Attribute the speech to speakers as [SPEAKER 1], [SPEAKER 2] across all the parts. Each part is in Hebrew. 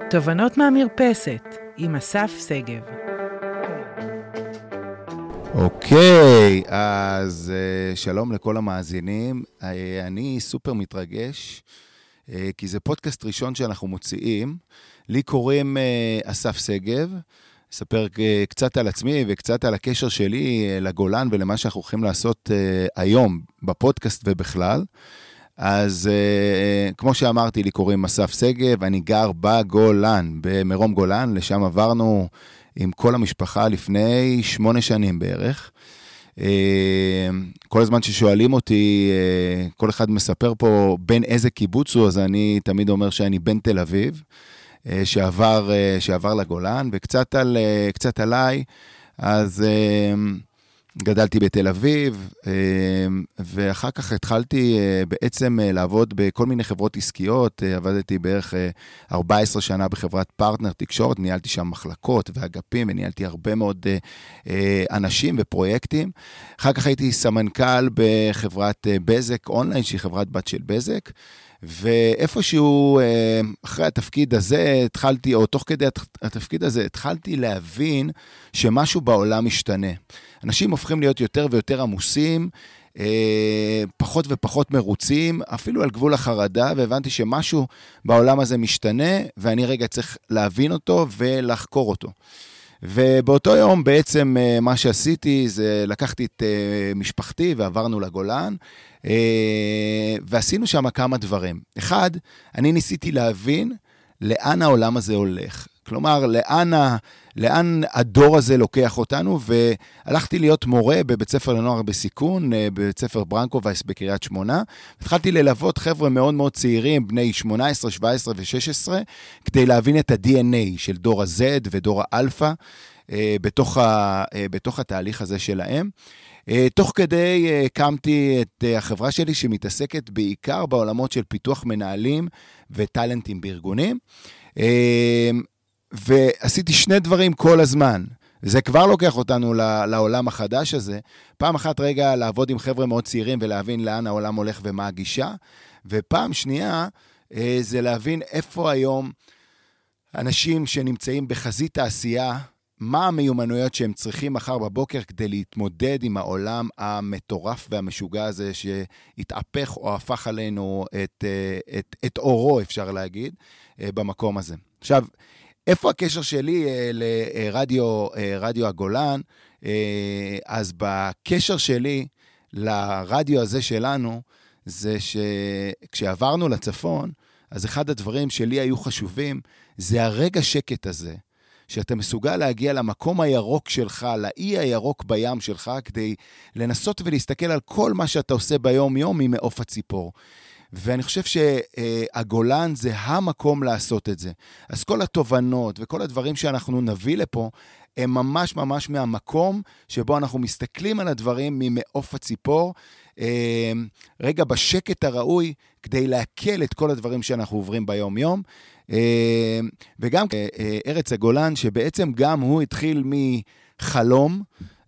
[SPEAKER 1] תובנות מהמרפסת עם אסף סגב.
[SPEAKER 2] אוקיי, אז שלום לכל המאזינים. אני סופר מתרגש, כי זה פודקאסט ראשון שאנחנו מוציאים. לי קוראים אסף סגב. אספר קצת על עצמי וקצת על הקשר שלי לגולן ולמה שאנחנו הולכים לעשות היום בפודקאסט ובכלל. אז כמו שאמרתי, לי קוראים אסף סגב, אני גר בגולן, במרום גולן, לשם עברנו עם כל המשפחה לפני 8 שנים בערך. כל הזמן ששואלים אותי, כל אחד מספר פה בין איזה קיבוץ הוא, אז אני תמיד אומר שאני בן תל אביב, שעבר לגולן, וקצת עליי, אז גדלתי בתל אביב, ואחר כך התחלתי בעצם לעבוד בכל מיני חברות עסקיות, עבדתי בערך 14 שנה בחברת פרטנר תקשורת, ניהלתי שם מחלקות ואגפים, וניהלתי הרבה מאוד אנשים ופרויקטים. אחר כך הייתי סמנכ"ל בחברת בזק אונליין, שהיא חברת בת של בזק, ואיפשהו אחרי התפקיד הזה התחלתי, או תוך כדי התפקיד הזה, התחלתי להבין שמשהו בעולם משתנה. אנשים הופכים להיות יותר ויותר עמוסים, פחות ופחות מרוצים, אפילו על גבול החרדה, והבנתי שמשהו בעולם הזה משתנה, ואני רגע צריך להבין אותו ולחקור אותו. ובאותו יום בעצם מה שעשיתי זה לקחתי את משפחתי ועברנו לגולן, ועשינו שם כמה דברים. אחד, אני ניסיתי להבין לאן העולם הזה הולך. כלומר, לאן הדור הזה לוקח אותנו, והלכתי להיות מורה בבית ספר לנוער בסיכון, בבית ספר ברנקו וייס בקריית שמונה. התחלתי ללוות חבר'ה מאוד מאוד צעירים, בני 18, 17 ו-16, כדי להבין את ה-DNA של דור ה-Z ודור האלפא, בתוך התהליך הזה שלהם. תוך כדי הקמתי את החברה שלי שמתעסקת בעיקר בעולמות של פיתוח מנהלים וטלנטים בארגונים, ועשיתי 2 דברים כל הזמן. זה כבר לוקח אותנו לעולם החדש הזה. פעם אחת רגע לעבוד עם חבר'ה מאוד צעירים ולהבין לאן העולם הולך ומה הגישה, ופעם שנייה זה להבין איפה היום אנשים שנמצאים בחזית העשייה, מה המיומנויות שהם צריכים מחר בבוקר כדי להתמודד עם העולם המטורף והמשוגע הזה שהתהפך או הפך עלינו את אורו, אפשר להגיד, במקום הזה. עכשיו, איפה הקשר שלי לרדיו הגולן? אז בקשר שלי לרדיו הזה שלנו, זה שכשעברנו לצפון, אז אחד הדברים שלי היו חשובים, זה הרגע שקט הזה, שאתה מסוגל להגיע למקום הירוק שלך, לאי הירוק בים שלך, כדי לנסות ולהסתכל על כל מה שאתה עושה ביום-יום ממעוף הציפור. ואני חושב שהגולן זה המקום לעשות את זה. אז כל התובנות וכל הדברים שאנחנו נביא לפה, הם ממש ממש מהמקום שבו אנחנו מסתכלים על הדברים ממעוף הציפור, רגע בשקט הראוי, כדי להקל את כל הדברים שאנחנו עוברים ביום-יום. וגם ארץ הגולן, שבעצם גם הוא התחיל מחלום,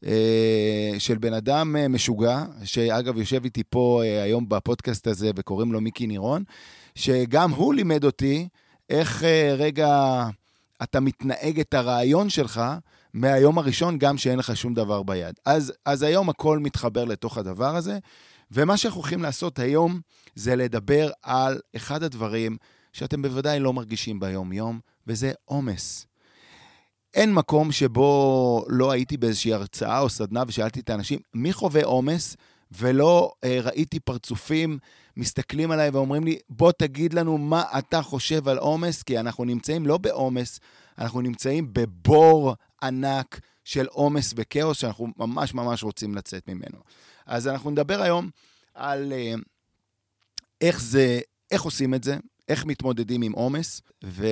[SPEAKER 2] של בן אדם משוגע, שאגב יושב איתי פה היום בפודקאסט הזה, וקוראים לו מיקי נירון, שגם הוא לימד אותי איך רגע אתה מתנהג את הרעיון שלך, מהיום הראשון גם שאין לך שום דבר ביד. אז היום הכל מתחבר לתוך הדבר הזה, ומה שאנחנו הולכים לעשות היום, זה לדבר על אחד הדברים, שאתם בוודאי לא מרגישים ביום-יום, וזה עומס. אין מקום שבו לא הייתי באיזושהי הרצאה או סדנה ושאלתי את האנשים, מי חווה עומס? ולא ראיתי פרצופים מסתכלים עליי ואומרים לי, בוא תגיד לנו מה אתה חושב על עומס, כי אנחנו נמצאים לא בעומס, אנחנו נמצאים בבור ענק של עומס וכאוס, שאנחנו ממש ממש רוצים לצאת ממנו. אז אנחנו נדבר היום על איך עושים את זה, איך מתמודדים עם עומס,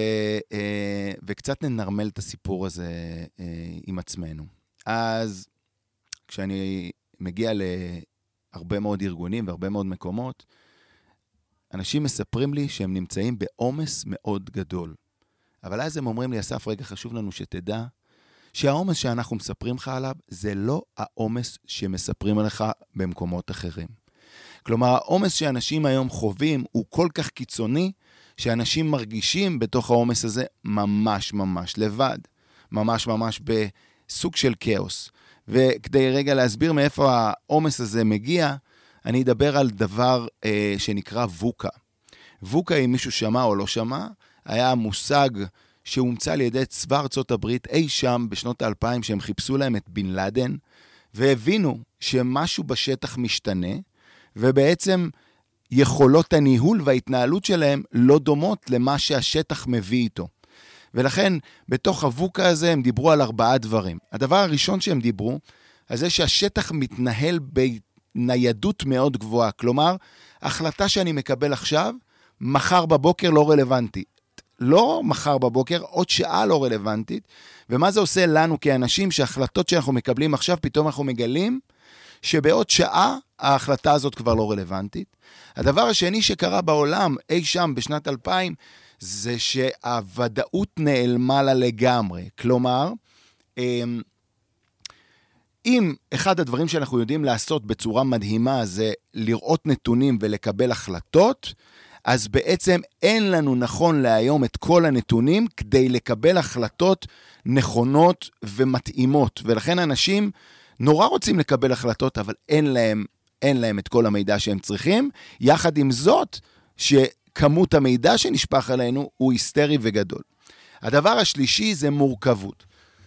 [SPEAKER 2] וקצת ננרמל את הסיפור הזה עם עצמנו. אז כשאני מגיע להרבה מאוד ארגונים והרבה מאוד מקומות, אנשים מספרים לי שהם נמצאים בעומס מאוד גדול. אבל אז הם אומרים לי, אסף, רגע חשוב לנו שתדע, שהעומס שאנחנו מספרים לך עליו, זה לא העומס שמספרים עליך במקומות אחרים. כלומר, העומס שאנשים היום חווים הוא כל כך קיצוני, שאנשים מרגישים בתוך העומס הזה ממש ממש לבד, ממש ממש בסוג של כאוס. וכדי רגע להסביר מאיפה העומס הזה מגיע, אני אדבר על דבר שנקרא ווקה. ווקה, אם מישהו שמע או לא שמע, היה מושג שהומצא על ידי צבא ארצות הברית אי שם בשנות ה-2000, שהם חיפשו להם את בן לאדן, והבינו שמשהו בשטח משתנה, ובעצם יכולות הניהול וההתנהלות שלהם לא דומות למה שהשטח מביא איתו. ולכן, בתוך הווקה הזה הם דיברו על 4 דברים. הדבר הראשון שהם דיברו, על זה שהשטח מתנהל בניידות מאוד גבוהה. כלומר, החלטה שאני מקבל עכשיו, מחר בבוקר לא רלוונטית. לא מחר בבוקר, עוד שעה לא רלוונטית. ומה זה עושה לנו כאנשים שההחלטות שאנחנו מקבלים עכשיו, פתאום אנחנו מגלים שבעוד שעה ההחלטה הזאת כבר לא רלוונטית. הדבר השני שקרה בעולם, אי שם בשנת 2000, זה שהוודאות נעלמה לה לגמרי. כלומר, אם אחד הדברים שאנחנו יודעים לעשות בצורה מדהימה זה לראות נתונים ולקבל החלטות, אז בעצם אין לנו נכון להיום את כל הנתונים כדי לקבל החלטות נכונות ומתאימות. ולכן אנשים נורא רוצים לקבל החלטות, אבל אין להם את כל המידע שהם צריכים. יחד עם זאת, שכמות המידע שנשפך עלינו הוא היסטרי וגדול. הדבר השלישי זה מורכבות.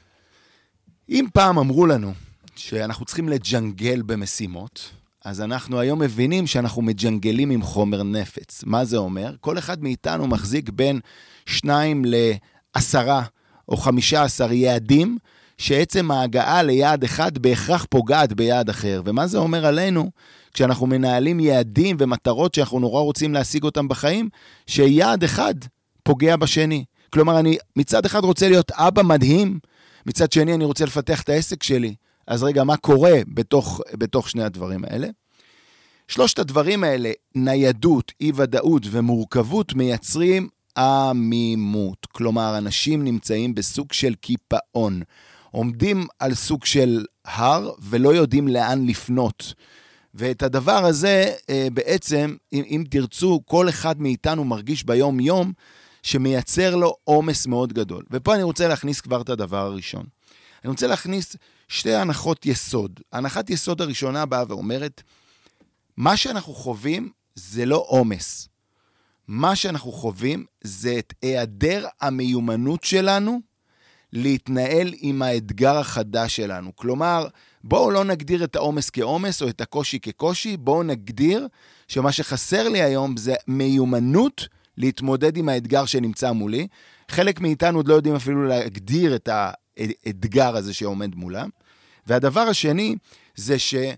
[SPEAKER 2] אם פעם אמרו לנו שאנחנו צריכים לג'נגל במשימות, אז אנחנו היום מבינים שאנחנו מג'נגלים עם חומר נפץ. מה זה אומר? כל אחד מאיתנו מחזיק בין 2 ל10 או 15 יעדים, שעצם ההגעה ליעד אחד בהכרח פוגעת ביעד אחר. ומה זה אומר עלינו? כשאנחנו מנהלים יעדים ומטרות שאנחנו נורא רוצים להשיג אותם בחיים, שיעד אחד פוגע בשני. כלומר, אני מצד אחד רוצה להיות אבא מדהים, מצד שני אני רוצה לפתח את העסק שלי. אז רגע, מה קורה בתוך שני הדברים האלה? 3 הדברים האלה, ניידות, אי-ודאות ומורכבות, מייצרים עמימות. כלומר, אנשים נמצאים בסוג של קיפאון. עומדים על סוג של הר ולא יודעים לאן לפנות. ואת הדבר הזה, בעצם, אם תרצו, כל אחד מאיתנו מרגיש ביום יום, שמייצר לו עומס מאוד גדול. ופה אני רוצה להכניס כבר את הדבר הראשון. אני רוצה להכניס 2 הנחות יסוד. הנחת יסוד הראשונה באה ואומרת, מה שאנחנו חווים זה לא עומס. מה שאנחנו חווים זה את היעדר המיומנות שלנו להתנהל עם האתגר החדש שלנו. כלומר, בואו לא נגדיר את העומס כעומס או את הקושי כקושי, בואו נגדיר שמה שחסר לי היום זה מיומנות להתמודד עם האתגר שנמצא מולי. חלק מאיתנו עוד לא יודעים אפילו להגדיר את האתגר הזה שעומד מולם. והדבר השני זה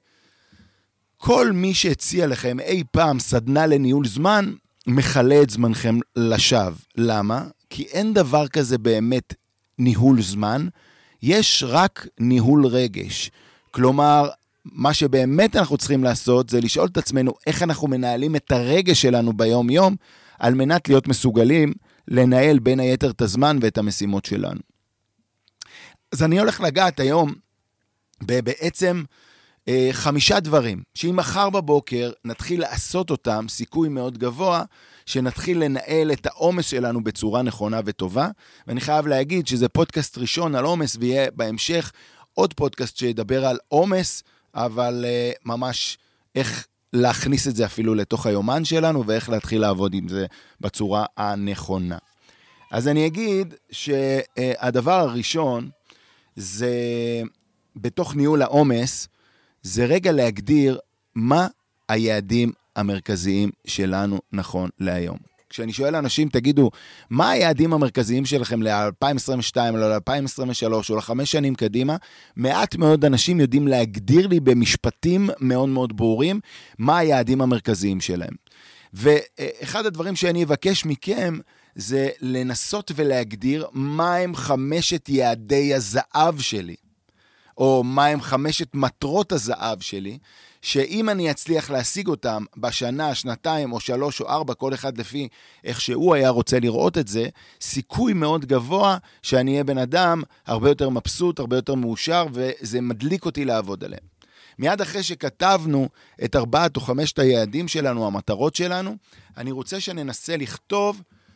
[SPEAKER 2] שכל מי שהציע לכם אי פעם סדנה לניהול זמן, מחלה את זמנכם לשווא. למה? כי אין דבר כזה באמת ניהול זמן, יש רק ניהול רגש. כלומר, מה שבאמת אנחנו צריכים לעשות זה לשאול את עצמנו איך אנחנו מנהלים את הרגש שלנו ביום יום, על מנת להיות מסוגלים לנהל בין היתר את הזמן ואת המשימות שלנו. אז אני הולך לגעת היום בעצם 5 דברים, שאם מחר בבוקר נתחיל לעשות אותם, סיכוי מאוד גבוה, שנתחיל לנהל את העומס שלנו בצורה נכונה וטובה, ואני חייב להגיד שזה פודקאסט ראשון על עומס, ויהיה בהמשך עוד פודקאסט שידבר על עומס, אבל ממש איך להכניס את זה אפילו לתוך היומן שלנו, ואיך להתחיל לעבוד עם זה בצורה הנכונה. אז אני אגיד שהדבר הראשון, זה בתוך ניהול העומס, זה רגע להגדיר מה היעדים המרכזיים שלנו נכון להיום. כשאני שואל אנשים, תגידו, מה היעדים המרכזיים שלכם ל-2022 או ל-2023 או ל5 שנים קדימה? מעט מאוד אנשים יודעים להגדיר לי במשפטים מאוד מאוד ברורים, מה היעדים המרכזיים שלהם. ואחד הדברים שאני אבקש מכם, זה לנסות ולהגדיר מה הם 5 יעדי הזהב שלי, או מה הם 5 מטרות הזהב שלי, שאם אני אצליח להשיג אותם בשנה, 2 או 3 או 4, כל אחד לפי איך שהוא היה רוצה לראות את זה, סיכוי מאוד גבוה שאני אהיה בן אדם הרבה יותר מבסוט, הרבה יותר מאושר, וזה מדליק אותי לעבוד עליהם. מיד אחרי שכתבנו את 4 או 5 היעדים שלנו, המטרות שלנו, אני רוצה שננסה לכתוב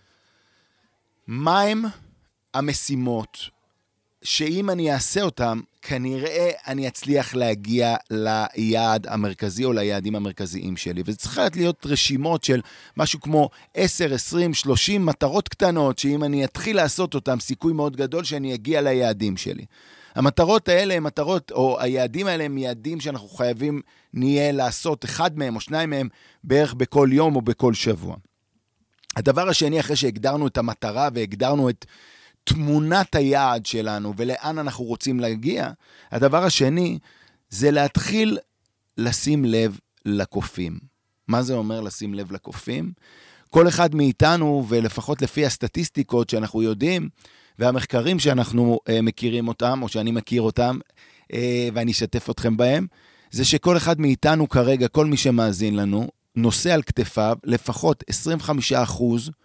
[SPEAKER 2] מהם המשימות שאם אני אעשה אותם, כנראה אני אצליח להגיע ליעד המרכזי או ליעדים המרכזיים שלי. וזה צריך להיות רשימות של משהו כמו 10, 20, 30 מטרות קטנות, שאם אני אתחיל לעשות אותם, סיכוי מאוד גדול שאני אגיע ליעדים שלי. המטרות האלה הם מטרות, או היעדים האלה הם יעדים שאנחנו חייבים נהיה לעשות אחד מהם או שניים מהם בערך בכל יום או בכל שבוע. הדבר השני, אחרי שהגדרנו את המטרה והגדרנו את תמונת היעד שלנו ולאן אנחנו רוצים להגיע, הדבר השני זה להתחיל לשים לב לקופים. מה זה אומר לשים לב לקופים? כל אחד מאיתנו, ולפחות לפי הסטטיסטיקות שאנחנו יודעים, והמחקרים שאנחנו מכירים אותם, או שאני מכיר אותם, ואני אשתף אתכם בהם, זה שכל אחד מאיתנו כרגע, כל מי שמאזין לנו, נושא על כתפיו לפחות 25%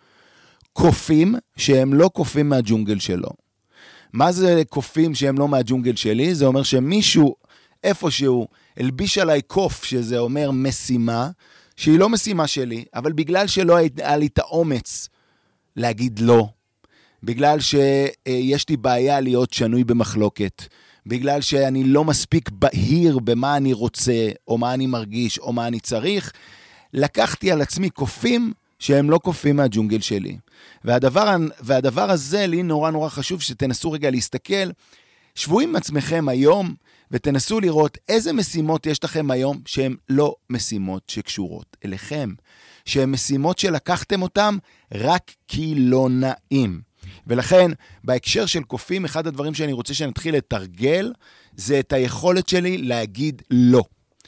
[SPEAKER 2] קופים שהם לא קופים מהג'ונגל שלו. מה זה קופים שהם לא מהג'ונגל שלי? זה אומר שמישהו איפשהו הלביש עליי קוף, שזה אומר משימה, שהיא לא משימה שלי, אבל בגלל שלא היה לי את האומץ להגיד לא, בגלל שיש לי בעיה להיות שנוי במחלוקת, בגלל שאני לא מספיק בהיר במה אני רוצה, או מה אני מרגיש, או מה אני צריך, לקחתי על עצמי קופים שהם לא קופים מהג'ונגל שלי. והדבר הזה לי נורא נורא חשוב שתנסו רגע להסתכל, שבו עם עצמכם היום, ותנסו לראות איזה משימות יש לכם היום שהן לא משימות שקשורות אליכם, שהן משימות שלקחתם אותם רק כי לא נעים. ולכן, בהקשר של קופים, אחד הדברים שאני רוצה שנתחיל לתרגל, זה את היכולת שלי להגיד לא.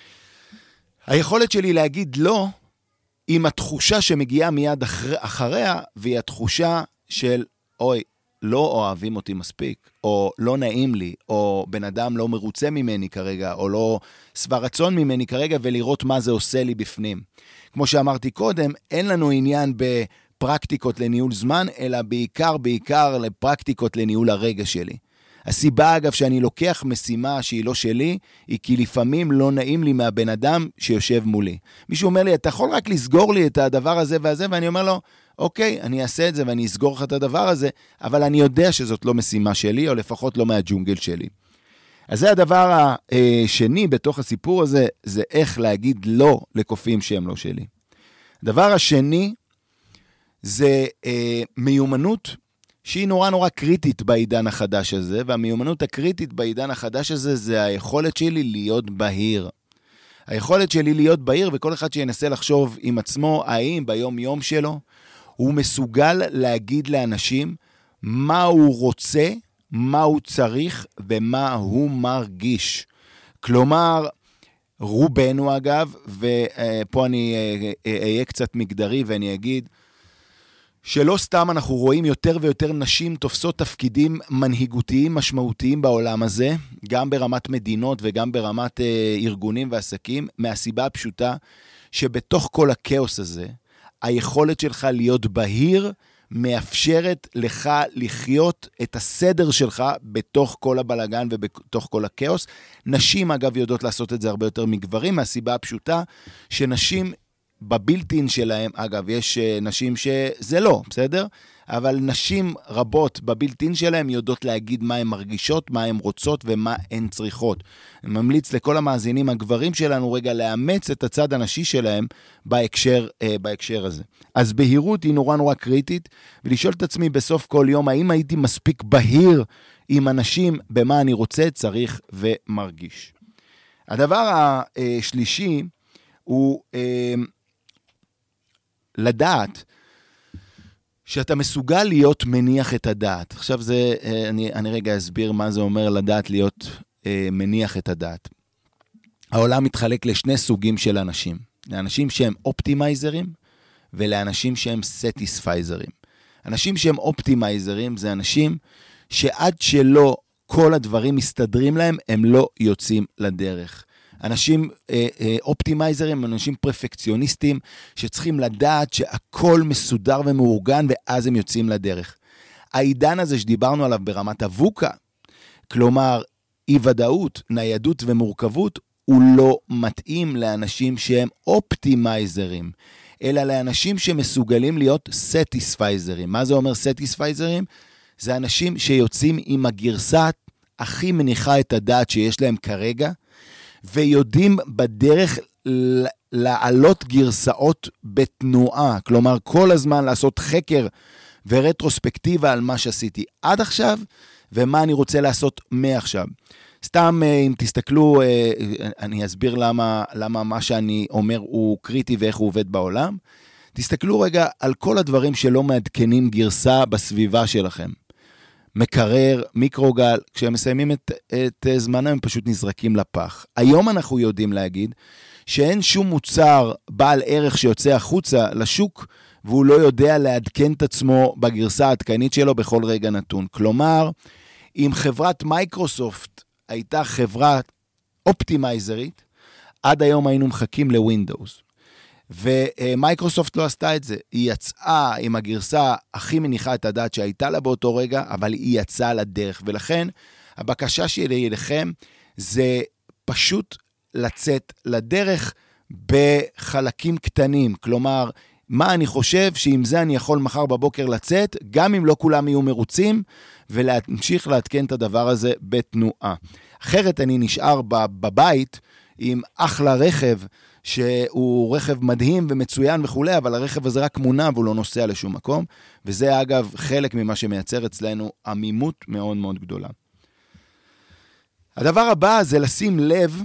[SPEAKER 2] היכולת שלי להגיד לא, עם התחושה שמגיעה מיד אחריה, והיא התחושה של, אוי, לא אוהבים אותי מספיק, או לא נעים לי, או בן אדם לא מרוצה ממני כרגע, או לא שבע רצון ממני כרגע, ולראות מה זה עושה לי בפנים. כמו שאמרתי קודם, אין לנו עניין בפרקטיקות לניהול זמן, אלא בעיקר לפרקטיקות לניהול הרגע שלי. הסיבה, אגב, שאני לוקח משימה שהיא לא שלי, היא כי לפעמים לא נעים לי מהבן אדם שיושב מולי. מישהו אומר לי, אתה יכול רק לסגור לי את הדבר הזה והזה, ואני אומר לו, אוקיי, אני אעשה את זה ואני אסגור לך את הדבר הזה, אבל אני יודע שזאת לא משימה שלי, או לפחות לא מהג'ונגל שלי. אז זה הדבר השני בתוך הסיפור הזה, זה איך להגיד לא לקופים שהם לא שלי. הדבר השני, זה מיומנות, שהיא נורא נורא קריטית בעידן החדש הזה, והמיומנות הקריטית בעידן החדש הזה, זה היכולת שלי להיות בהיר. היכולת שלי להיות בהיר, וכל אחד שינסה לחשוב עם עצמו, האם ביום יום שלו, הוא מסוגל להגיד לאנשים מה הוא רוצה, מה הוא צריך, ומה הוא מרגיש. כלומר, רובנו אגב, ופה אני אהיה קצת מגדרי ואני אגיד, שלא סתם אנחנו רואים יותר ויותר נשים תופסות תפקידים מנהיגותיים משמעותיים בעולם הזה, גם ברמת מדינות וגם ברמת ארגונים ועסקים, מהסיבה הפשוטה שבתוך כל הכאוס הזה, היכולת שלך להיות בהיר מאפשרת לך לחיות את הסדר שלך בתוך כל הבלגן ובתוך כל הכאוס. נשים אגב יודעות לעשות את זה הרבה יותר מגברים, מהסיבה הפשוטה שנשים בבילטין שלהם, אגב, יש נשים שזה לא, בסדר? אבל נשים רבות בבילטין שלהם יודעות להגיד מה הן מרגישות, מה הן רוצות ומה הן צריכות. אני ממליץ לכל המאזינים הגברים שלנו רגע לאמץ את הצד הנשי שלהם בהקשר הזה. אז בהירות היא נורא נורא קריטית, ולשאול את עצמי בסוף כל יום, האם הייתי מספיק בהיר עם אנשים במה אני רוצה, צריך ומרגיש. הדבר השלישי הוא לדעת שאתה מסוגל להיות מניח את הדעת. עכשיו אני רגע אסביר מה זה אומר לדעת להיות מניח את הדעת. העולם מתחלק לשני סוגים של אנשים. לאנשים שהם אופטימייזרים ולאנשים שהם סטיספייזרים. אנשים שהם אופטימייזרים זה אנשים שעד שלא כל הדברים מסתדרים להם, הם לא יוצאים לדרך. אנשים אופטימייזרים, אנשים פרפקציוניסטים, שצריכים לדעת שהכל מסודר ומאורגן, ואז הם יוצאים לדרך. העידן הזה שדיברנו עליו ברמת הווקה, כלומר, אי-ודאות, ניידות ומורכבות, הוא לא מתאים לאנשים שהם אופטימייזרים. אלא לאנשים שמסוגלים להיות סטיספייזרים. מה זה אומר סטיספייזרים? זה אנשים שיוצאים עם הגרסה הכי מניחה את הדעת שיש להם כרגע, ויודעים בדרך לעלות גרסאות בתנועה, כלומר כל הזמן לעשות חקר ורטרוספקטיבה על מה שעשיתי עד עכשיו, ומה אני רוצה לעשות מעכשיו. סתם אם תסתכלו, אני אסביר למה מה שאני אומר הוא קריטי ואיך הוא עובד בעולם. תסתכלו רגע על כל הדברים שלא מעדכנים גרסה בסביבה שלכם. מקרר, מיקרוגל, כשהם מסיימים את זמנם הם פשוט נזרקים לפח. היום אנחנו יודעים להגיד שאין שום מוצר בעל ערך שיוצא החוצה לשוק, והוא לא יודע לעדכן את עצמו בגרסה העדכנית שלו בכל רגע נתון. כלומר, אם חברת מייקרוסופט הייתה חברה אופטימייזרית, עד היום היינו מחכים לווינדוס. ומייקרוסופט לא עשתה את זה. היא יצאה עם הגרסה הכי מניחה את הדעת שהייתה לה באותו רגע, אבל היא יצאה לדרך. ולכן, הבקשה שלי אליכם זה פשוט לצאת לדרך בחלקים קטנים. כלומר, מה אני חושב שעם זה אני יכול מחר בבוקר לצאת, גם אם לא כולם יהיו מרוצים, ולהמשיך להתקן את הדבר הזה בתנועה. אחרת אני נשאר בבית עם אחלה רכב, שהוא רכב מדהים ומצוין וכו', אבל הרכב הזה רק מונע והוא לא נוסע לשום מקום, וזה אגב חלק ממה שמייצר אצלנו עמימות מאוד מאוד גדולה. הדבר הבא זה לשים לב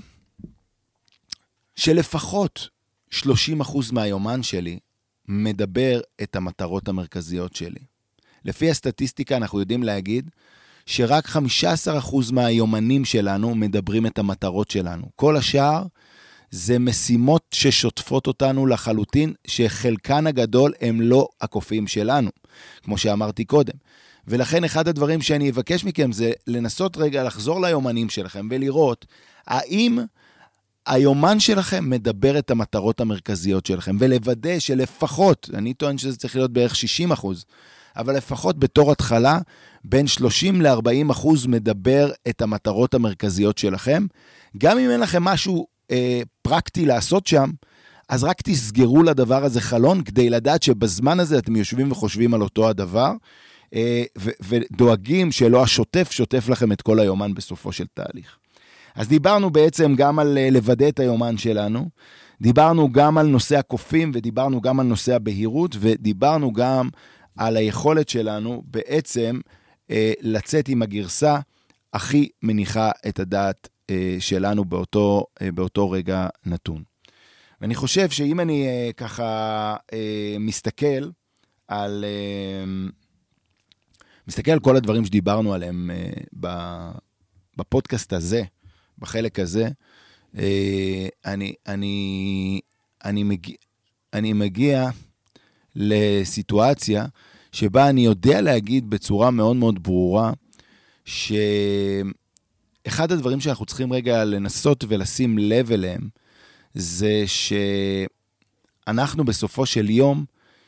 [SPEAKER 2] שלפחות 30% מהיומן שלי מדבר את המטרות המרכזיות שלי. לפי הסטטיסטיקה אנחנו יודעים להגיד שרק 15% מהיומנים שלנו מדברים את המטרות שלנו. כל השאר זה משימות ששוטפות אותנו לחלוטין, שחלקן הגדול הם לא הקופים שלנו, כמו שאמרתי קודם. ולכן אחד הדברים שאני אבקש מכם זה לנסות רגע לחזור ליומנים שלכם ולראות האם היומן שלכם מדבר את המטרות המרכזיות שלכם, ולוודא שלפחות, אני טוען שזה צריך להיות בערך 60%, אבל לפחות בתור התחלה, בין 30 ל-40% מדבר את המטרות המרכזיות שלכם. גם אם אין לכם משהו פרקטי לעשות שם, אז רק תסגרו לדבר הזה חלון, כדי לדעת שבזמן הזה אתם יושבים וחושבים על אותו הדבר, ודואגים שלא השוטף שוטף לכם את כל היומן בסופו של תהליך. אז דיברנו בעצם גם על לוודא את היומן שלנו, דיברנו גם על נושא הקופים, ודיברנו גם על נושא הבהירות, ודיברנו גם על היכולת שלנו בעצם לצאת עם הגרסה הכי מניחה את הדעת שלנו באותו רגע נתון. ואני חושב שאם אני ככה מסתכל על כל הדברים שדיברנו עליהם בפודקאסט הזה, בחלק הזה, אני מגיע לסיטואציה שבה אני יודע להגיד בצורה מאוד מאוד ברורה, שאחד הדברים שאנחנו צריכים רגע לנסות ולשים לב אליהם, זה שאנחנו בסופו של יום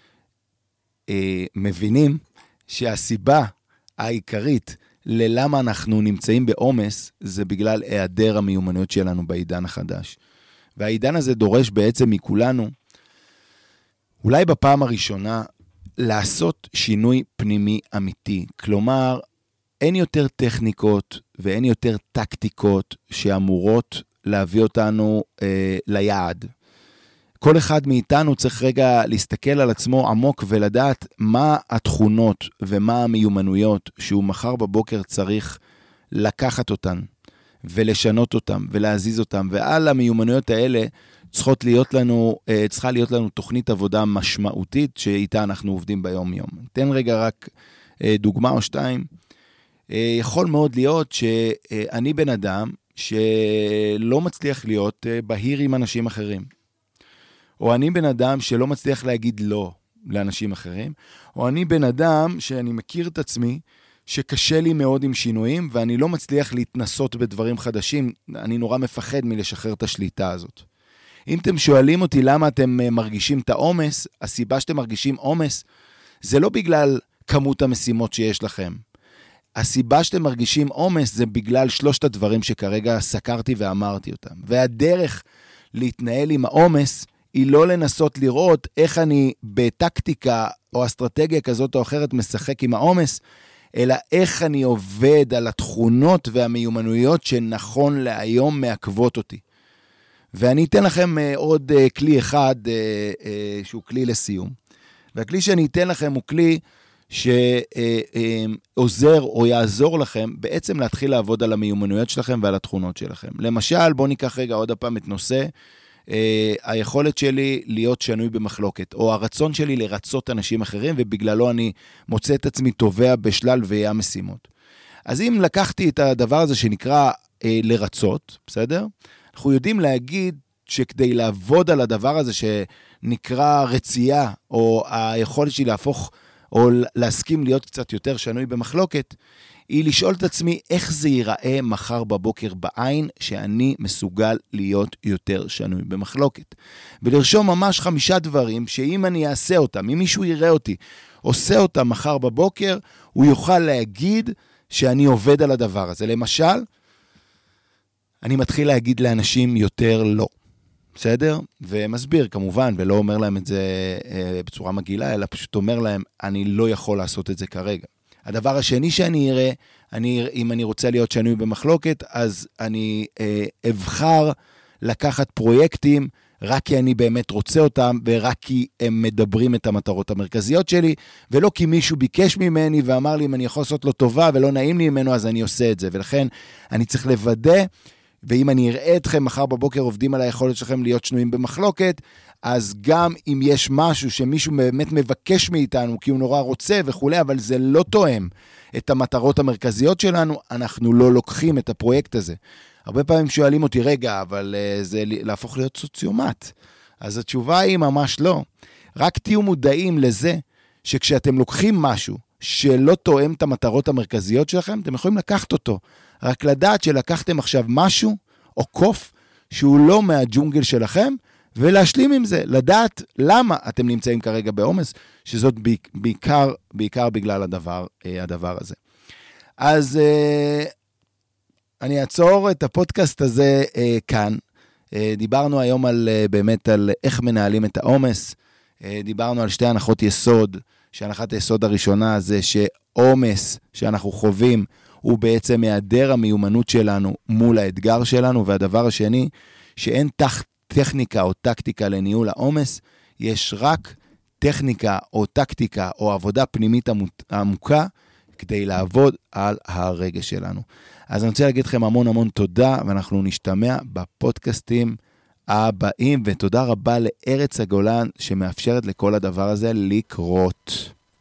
[SPEAKER 2] מבינים שהסיבה העיקרית ללמה אנחנו נמצאים בעומס, זה בגלל היעדר המיומנויות שלנו בעידן החדש. והעידן הזה דורש בעצם מכולנו, אולי בפעם הראשונה, לעשות שינוי פנימי אמיתי. כלומר, אין יותר טכניקות ואין יותר טקטיקות שאמורות להביא אותנו ליעד. כל אחד מאיתנו צריך רגע להסתכל על עצמו עמוק ולדעת מה התכונות ומה המיומנויות שהוא מחר בבוקר צריך לקחת אותן ולשנות אותן ולהזיז אותן. ועל המיומנויות האלה צריכה להיות לנו תוכנית עבודה משמעותית שאיתה אנחנו עובדים ביום יום. תן רגע רק דוגמה או שתיים. יכול מאוד להיות שאני בן אדם שלא מצליח להיות בהיר עם אנשים אחרים. או אני בן אדם שלא מצליח להגיד לא לאנשים אחרים. או אני בן אדם שאני מכיר את עצמי שקשה לי מאוד עם שינויים, ואני לא מצליח להתנסות בדברים חדשים. אני נורא מפחד מלשחרר את השליטה הזאת. אם אתם שואלים אותי למה אתם מרגישים את העומס, הסיבה שאתם מרגישים עומס, זה לא בגלל כמות המשימות שיש לכם. הסיבה שאתם מרגישים עומס זה בגלל שלושת הדברים שכרגע סקרתי ואמרתי אותם. והדרך להתנהל עם העומס היא לא לנסות לראות איך אני בטקטיקה או אסטרטגיה כזאת או אחרת משחק עם העומס, אלא איך אני עובד על התכונות והמיומנויות שנכון להיום מעכבות אותי. ואני אתן לכם עוד כלי אחד שהוא כלי לסיום. והכלי שאני אתן לכם הוא כלי שעוזר או יעזור לכם בעצם להתחיל לעבוד על המיומנויות שלכם ועל התכונות שלכם. למשל, בואו ניקח רגע עוד הפעם את נושא, היכולת שלי להיות שנוי במחלוקת, או הרצון שלי לרצות אנשים אחרים, ובגללו אני מוצא את עצמי טובע בשלל ויהיה משימות. אז אם לקחתי את הדבר הזה שנקרא לרצות, בסדר? אנחנו יודעים להגיד שכדי לעבוד על הדבר הזה שנקרא רצייה, או היכולת שלי להפוך, או להסכים להיות קצת יותר שנוי במחלוקת, היא לשאול את עצמי איך זה ייראה מחר בבוקר בעין שאני מסוגל להיות יותר שנוי במחלוקת. ולרשום ממש 5 דברים שאם אני אעשה אותם, אם מישהו יראה אותי, עושה אותם מחר בבוקר, הוא יוכל להגיד שאני עובד על הדבר הזה. למשל, אני מתחיל להגיד לאנשים יותר לא. בסדר? ומסביר כמובן, ולא אומר להם את זה בצורה מגעילה, אלא פשוט אומר להם, אני לא יכול לעשות את זה כרגע. הדבר השני שאני אראה, אם אני רוצה להיות שנוי במחלוקת, אז אני אבחר לקחת פרויקטים, רק כי אני באמת רוצה אותם, ורק כי הם מדברים את המטרות המרכזיות שלי, ולא כי מישהו ביקש ממני ואמר לי, אם אני יכול לעשות לו טובה ולא נעים לי ממנו, אז אני עושה את זה. ולכן אני צריך לוודא, ואם אני אראה אתכם מחר בבוקר עובדים על היכולת שלכם להיות שנויים במחלוקת, אז גם אם יש משהו שמישהו באמת מבקש מאיתנו, כי הוא נורא רוצה וכולי, אבל זה לא תואם את המטרות המרכזיות שלנו, אנחנו לא לוקחים את הפרויקט הזה. הרבה פעמים שואלים אותי, רגע, אבל זה להפוך להיות סוציומט. אז התשובה היא ממש לא. רק תהיו מודעים לזה, שכשאתם לוקחים משהו שלא תואם את המטרות המרכזיות שלכם, אתם יכולים לקחת אותו. רק לדעת שלקחתם עכשיו משהו, או קוף, שהוא לא מהג'ונגל שלכם, ולהשלים עם זה, לדעת למה אתם נמצאים כרגע בעומס, שזאת בעיקר בגלל הדבר הזה. אז אני אעצור את הפודקאסט הזה כאן. דיברנו היום באמת על איך מנהלים את העומס, דיברנו על 2 הנחות יסוד, שהנחת היסוד הראשונה זה שעומס שאנחנו חווים, הוא בעצם היעדר המיומנות שלנו מול האתגר שלנו, והדבר השני, שאין טכניקה או טקטיקה לניהול העומס, יש רק טכניקה או טקטיקה או עבודה פנימית עמוקה, כדי לעבוד על הרגש שלנו. אז אני רוצה להגיד לכם המון תודה, ואנחנו נשתמע בפודקאסטים הבאים, ותודה רבה לארץ הגולן שמאפשרת לכל הדבר הזה לקרות.